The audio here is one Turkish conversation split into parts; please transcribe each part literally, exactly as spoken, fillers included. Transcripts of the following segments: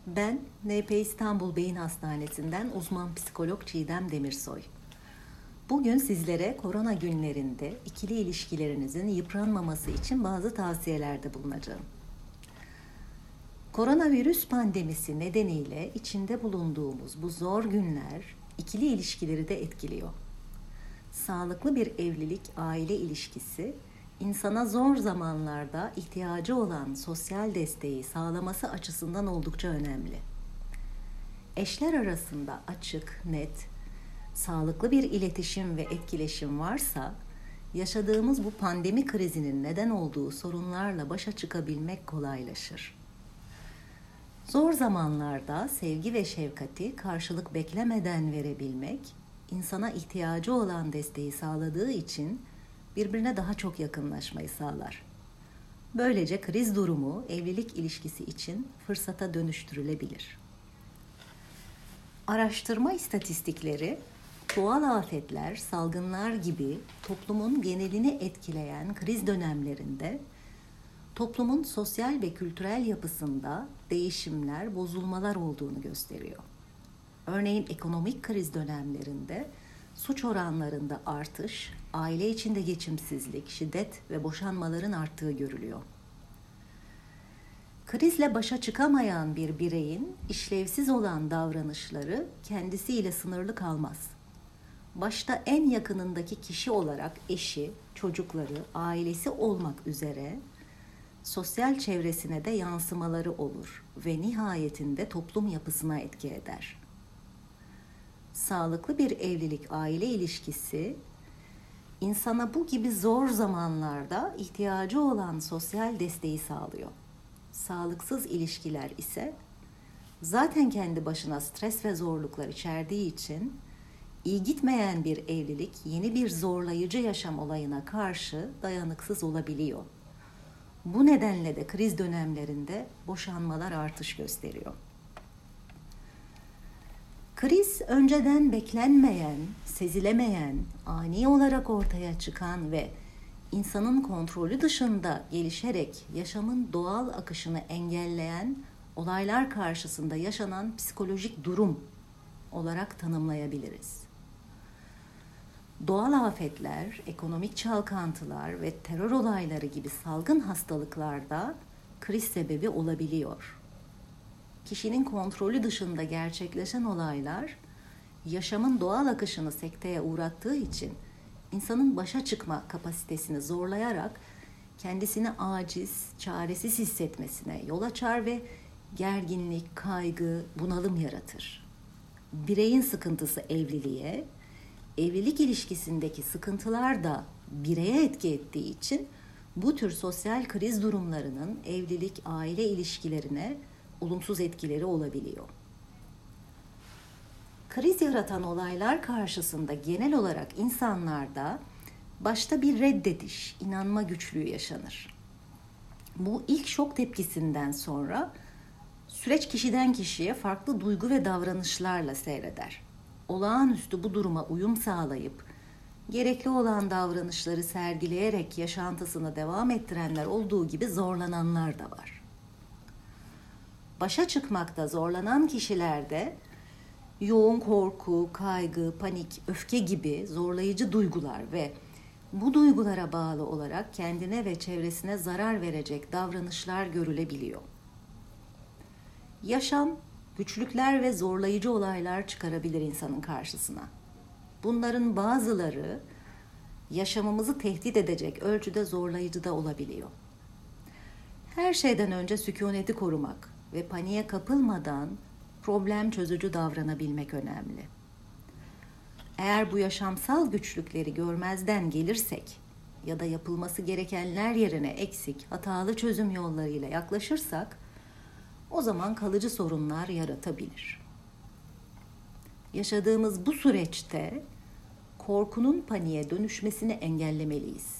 Ben N P İstanbul Beyin Hastanesi'nden uzman psikolog Çiğdem Demirsoy. Bugün sizlere korona günlerinde ikili ilişkilerinizin yıpranmaması için bazı tavsiyelerde bulunacağım. Koronavirüs pandemisi nedeniyle içinde bulunduğumuz bu zor günler ikili ilişkileri de etkiliyor. Sağlıklı bir evlilik aile ilişkisi, insana zor zamanlarda ihtiyacı olan sosyal desteği sağlaması açısından oldukça önemli. Eşler arasında açık, net, sağlıklı bir iletişim ve etkileşim varsa, yaşadığımız bu pandemi krizinin neden olduğu sorunlarla başa çıkabilmek kolaylaşır. Zor zamanlarda sevgi ve şefkati karşılık beklemeden verebilmek, insana ihtiyacı olan desteği sağladığı için birbirine daha çok yakınlaşmayı sağlar. Böylece kriz durumu evlilik ilişkisi için fırsata dönüştürülebilir. Araştırma istatistikleri, doğal afetler, salgınlar gibi toplumun genelini etkileyen kriz dönemlerinde toplumun sosyal ve kültürel yapısında değişimler, bozulmalar olduğunu gösteriyor. Örneğin ekonomik kriz dönemlerinde suç oranlarında artış, aile içinde geçimsizlik, şiddet ve boşanmaların arttığı görülüyor. Krizle başa çıkamayan bir bireyin işlevsiz olan davranışları kendisiyle sınırlı kalmaz. Başta en yakınındaki kişi olarak eşi, çocukları, ailesi olmak üzere sosyal çevresine de yansımaları olur ve nihayetinde toplum yapısına etki eder. Sağlıklı bir evlilik aile ilişkisi, insana bu gibi zor zamanlarda ihtiyacı olan sosyal desteği sağlıyor. Sağlıksız ilişkiler ise zaten kendi başına stres ve zorluklar içerdiği için iyi gitmeyen bir evlilik yeni bir zorlayıcı yaşam olayına karşı dayanıksız olabiliyor. Bu nedenle de kriz dönemlerinde boşanmalar artış gösteriyor. Kriz önceden beklenmeyen, sezilemeyen, ani olarak ortaya çıkan ve insanın kontrolü dışında gelişerek yaşamın doğal akışını engelleyen olaylar karşısında yaşanan psikolojik durum olarak tanımlayabiliriz. Doğal afetler, ekonomik çalkantılar ve terör olayları gibi salgın hastalıklarda kriz sebebi olabiliyor. Kişinin kontrolü dışında gerçekleşen olaylar, yaşamın doğal akışını sekteye uğrattığı için insanın başa çıkma kapasitesini zorlayarak kendisini aciz, çaresiz hissetmesine yol açar ve gerginlik, kaygı, bunalım yaratır. Bireyin sıkıntısı evliliğe, evlilik ilişkisindeki sıkıntılar da bireye etki ettiği için bu tür sosyal kriz durumlarının evlilik, aile ilişkilerine olumsuz etkileri olabiliyor. Kriz yaratan olaylar karşısında genel olarak insanlarda başta bir reddediş, inanma güçlüğü yaşanır. Bu ilk şok tepkisinden sonra süreç kişiden kişiye farklı duygu ve davranışlarla seyreder. Olağanüstü bu duruma uyum sağlayıp gerekli olan davranışları sergileyerek yaşantısını devam ettirenler olduğu gibi zorlananlar da var. Başa çıkmakta zorlanan kişilerde yoğun korku, kaygı, panik, öfke gibi zorlayıcı duygular ve bu duygulara bağlı olarak kendine ve çevresine zarar verecek davranışlar görülebiliyor. Yaşam, güçlükler ve zorlayıcı olaylar çıkarabilir insanın karşısına. Bunların bazıları yaşamımızı tehdit edecek ölçüde zorlayıcı da olabiliyor. Her şeyden önce sükuneti korumak ve paniğe kapılmadan problem çözücü davranabilmek önemli. Eğer bu yaşamsal güçlükleri görmezden gelirsek ya da yapılması gerekenler yerine eksik, hatalı çözüm yollarıyla yaklaşırsak o zaman kalıcı sorunlar yaratabilir. Yaşadığımız bu süreçte korkunun paniğe dönüşmesini engellemeliyiz.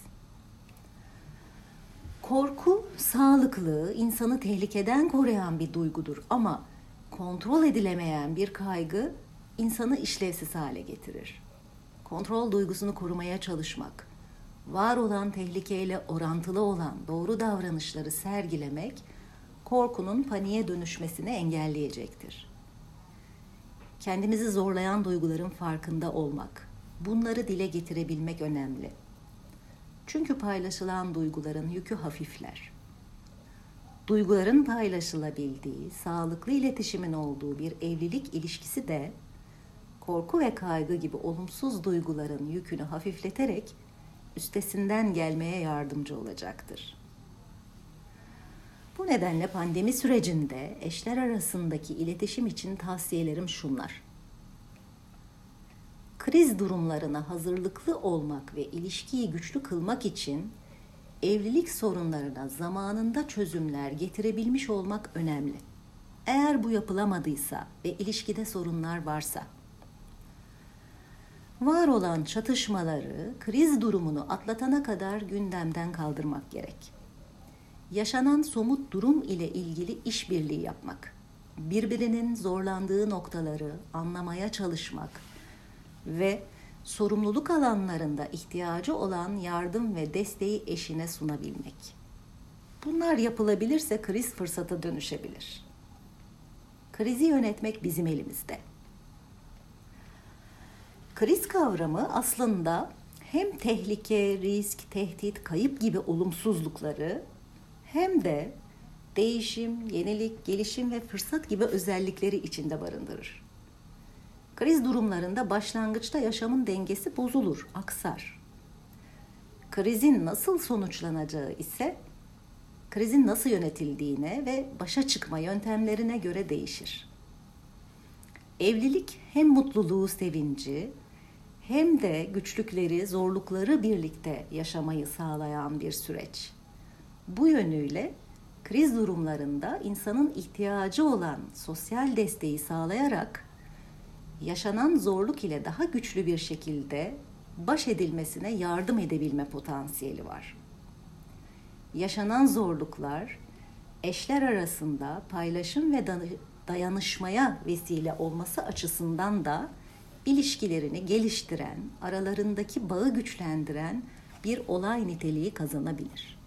Korku sağlıklı, insanı tehlikeden koruyan bir duygudur ama kontrol edilemeyen bir kaygı insanı işlevsiz hale getirir. Kontrol duygusunu korumaya çalışmak, var olan tehlikeyle orantılı olan doğru davranışları sergilemek korkunun paniğe dönüşmesini engelleyecektir. Kendimizi zorlayan duyguların farkında olmak, bunları dile getirebilmek önemli. Çünkü paylaşılan duyguların yükü hafifler. Duyguların paylaşılabildiği, sağlıklı iletişimin olduğu bir evlilik ilişkisi de korku ve kaygı gibi olumsuz duyguların yükünü hafifleterek üstesinden gelmeye yardımcı olacaktır. Bu nedenle pandemi sürecinde eşler arasındaki iletişim için tavsiyelerim şunlar. Kriz durumlarına hazırlıklı olmak ve ilişkiyi güçlü kılmak için evlilik sorunlarına zamanında çözümler getirebilmiş olmak önemli. Eğer bu yapılamadıysa ve ilişkide sorunlar varsa, var olan çatışmaları, kriz durumunu atlatana kadar gündemden kaldırmak gerek. Yaşanan somut durum ile ilgili işbirliği yapmak, birbirinin zorlandığı noktaları anlamaya çalışmak ve sorumluluk alanlarında ihtiyacı olan yardım ve desteği eşine sunabilmek. Bunlar yapılabilirse kriz fırsata dönüşebilir. Krizi yönetmek bizim elimizde. Kriz kavramı aslında hem tehlike, risk, tehdit, kayıp gibi olumsuzlukları hem de değişim, yenilik, gelişim ve fırsat gibi özellikleri içinde barındırır. Kriz durumlarında başlangıçta yaşamın dengesi bozulur, aksar. Krizin nasıl sonuçlanacağı ise krizin nasıl yönetildiğine ve başa çıkma yöntemlerine göre değişir. Evlilik hem mutluluğu, sevinci hem de güçlükleri, zorlukları birlikte yaşamayı sağlayan bir süreç. Bu yönüyle kriz durumlarında insanın ihtiyacı olan sosyal desteği sağlayarak yaşanan zorluk ile daha güçlü bir şekilde baş edilmesine yardım edebilme potansiyeli var. Yaşanan zorluklar eşler arasında paylaşım ve dayanışmaya vesile olması açısından da ilişkilerini geliştiren, aralarındaki bağı güçlendiren bir olay niteliği kazanabilir.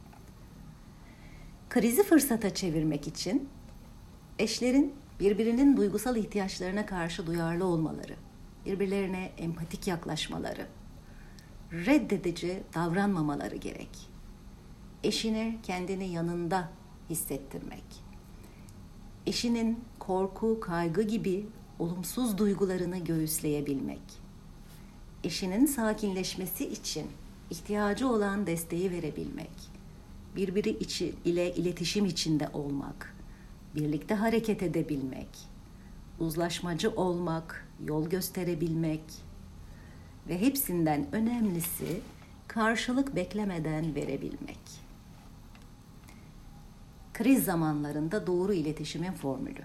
Krizi fırsata çevirmek için eşlerin birbirinin duygusal ihtiyaçlarına karşı duyarlı olmaları, birbirlerine empatik yaklaşmaları, reddedici davranmamaları gerek. Eşine kendini yanında hissettirmek, eşinin korku, kaygı gibi olumsuz duygularını göğüsleyebilmek, eşinin sakinleşmesi için ihtiyacı olan desteği verebilmek, birbiri içi ile iletişim içinde olmak, birlikte hareket edebilmek, uzlaşmacı olmak, yol gösterebilmek ve hepsinden önemlisi karşılık beklemeden verebilmek. Kriz zamanlarında doğru iletişimin formülü.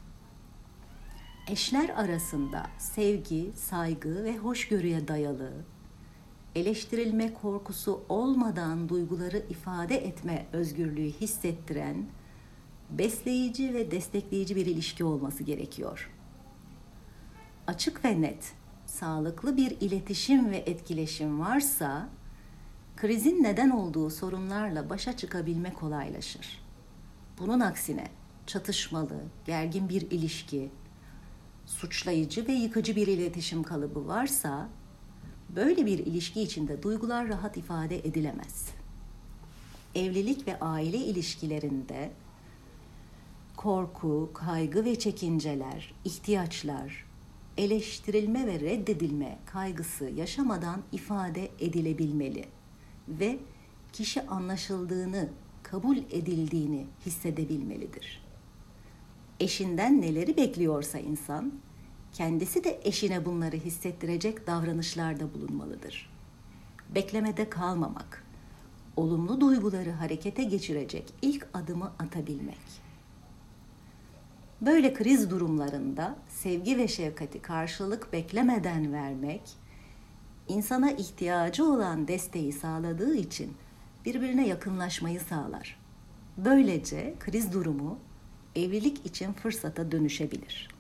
Eşler arasında sevgi, saygı ve hoşgörüye dayalı, eleştirilme korkusu olmadan duyguları ifade etme özgürlüğü hissettiren, besleyici ve destekleyici bir ilişki olması gerekiyor. Açık ve net, sağlıklı bir iletişim ve etkileşim varsa, krizin neden olduğu sorunlarla başa çıkabilme kolaylaşır. Bunun aksine çatışmalı, gergin bir ilişki, suçlayıcı ve yıkıcı bir iletişim kalıbı varsa, böyle bir ilişki içinde duygular rahat ifade edilemez. Evlilik ve aile ilişkilerinde korku, kaygı ve çekinceler, ihtiyaçlar, eleştirilme ve reddedilme kaygısı yaşamadan ifade edilebilmeli ve kişi anlaşıldığını, kabul edildiğini hissedebilmelidir. Eşinden neleri bekliyorsa insan, kendisi de eşine bunları hissettirecek davranışlarda bulunmalıdır. Beklemede kalmamak, olumlu duyguları harekete geçirecek ilk adımı atabilmek. Böyle kriz durumlarında sevgi ve şefkati karşılık beklemeden vermek, insana ihtiyacı olan desteği sağladığı için birbirine yakınlaşmayı sağlar. Böylece kriz durumu evlilik için fırsata dönüşebilir.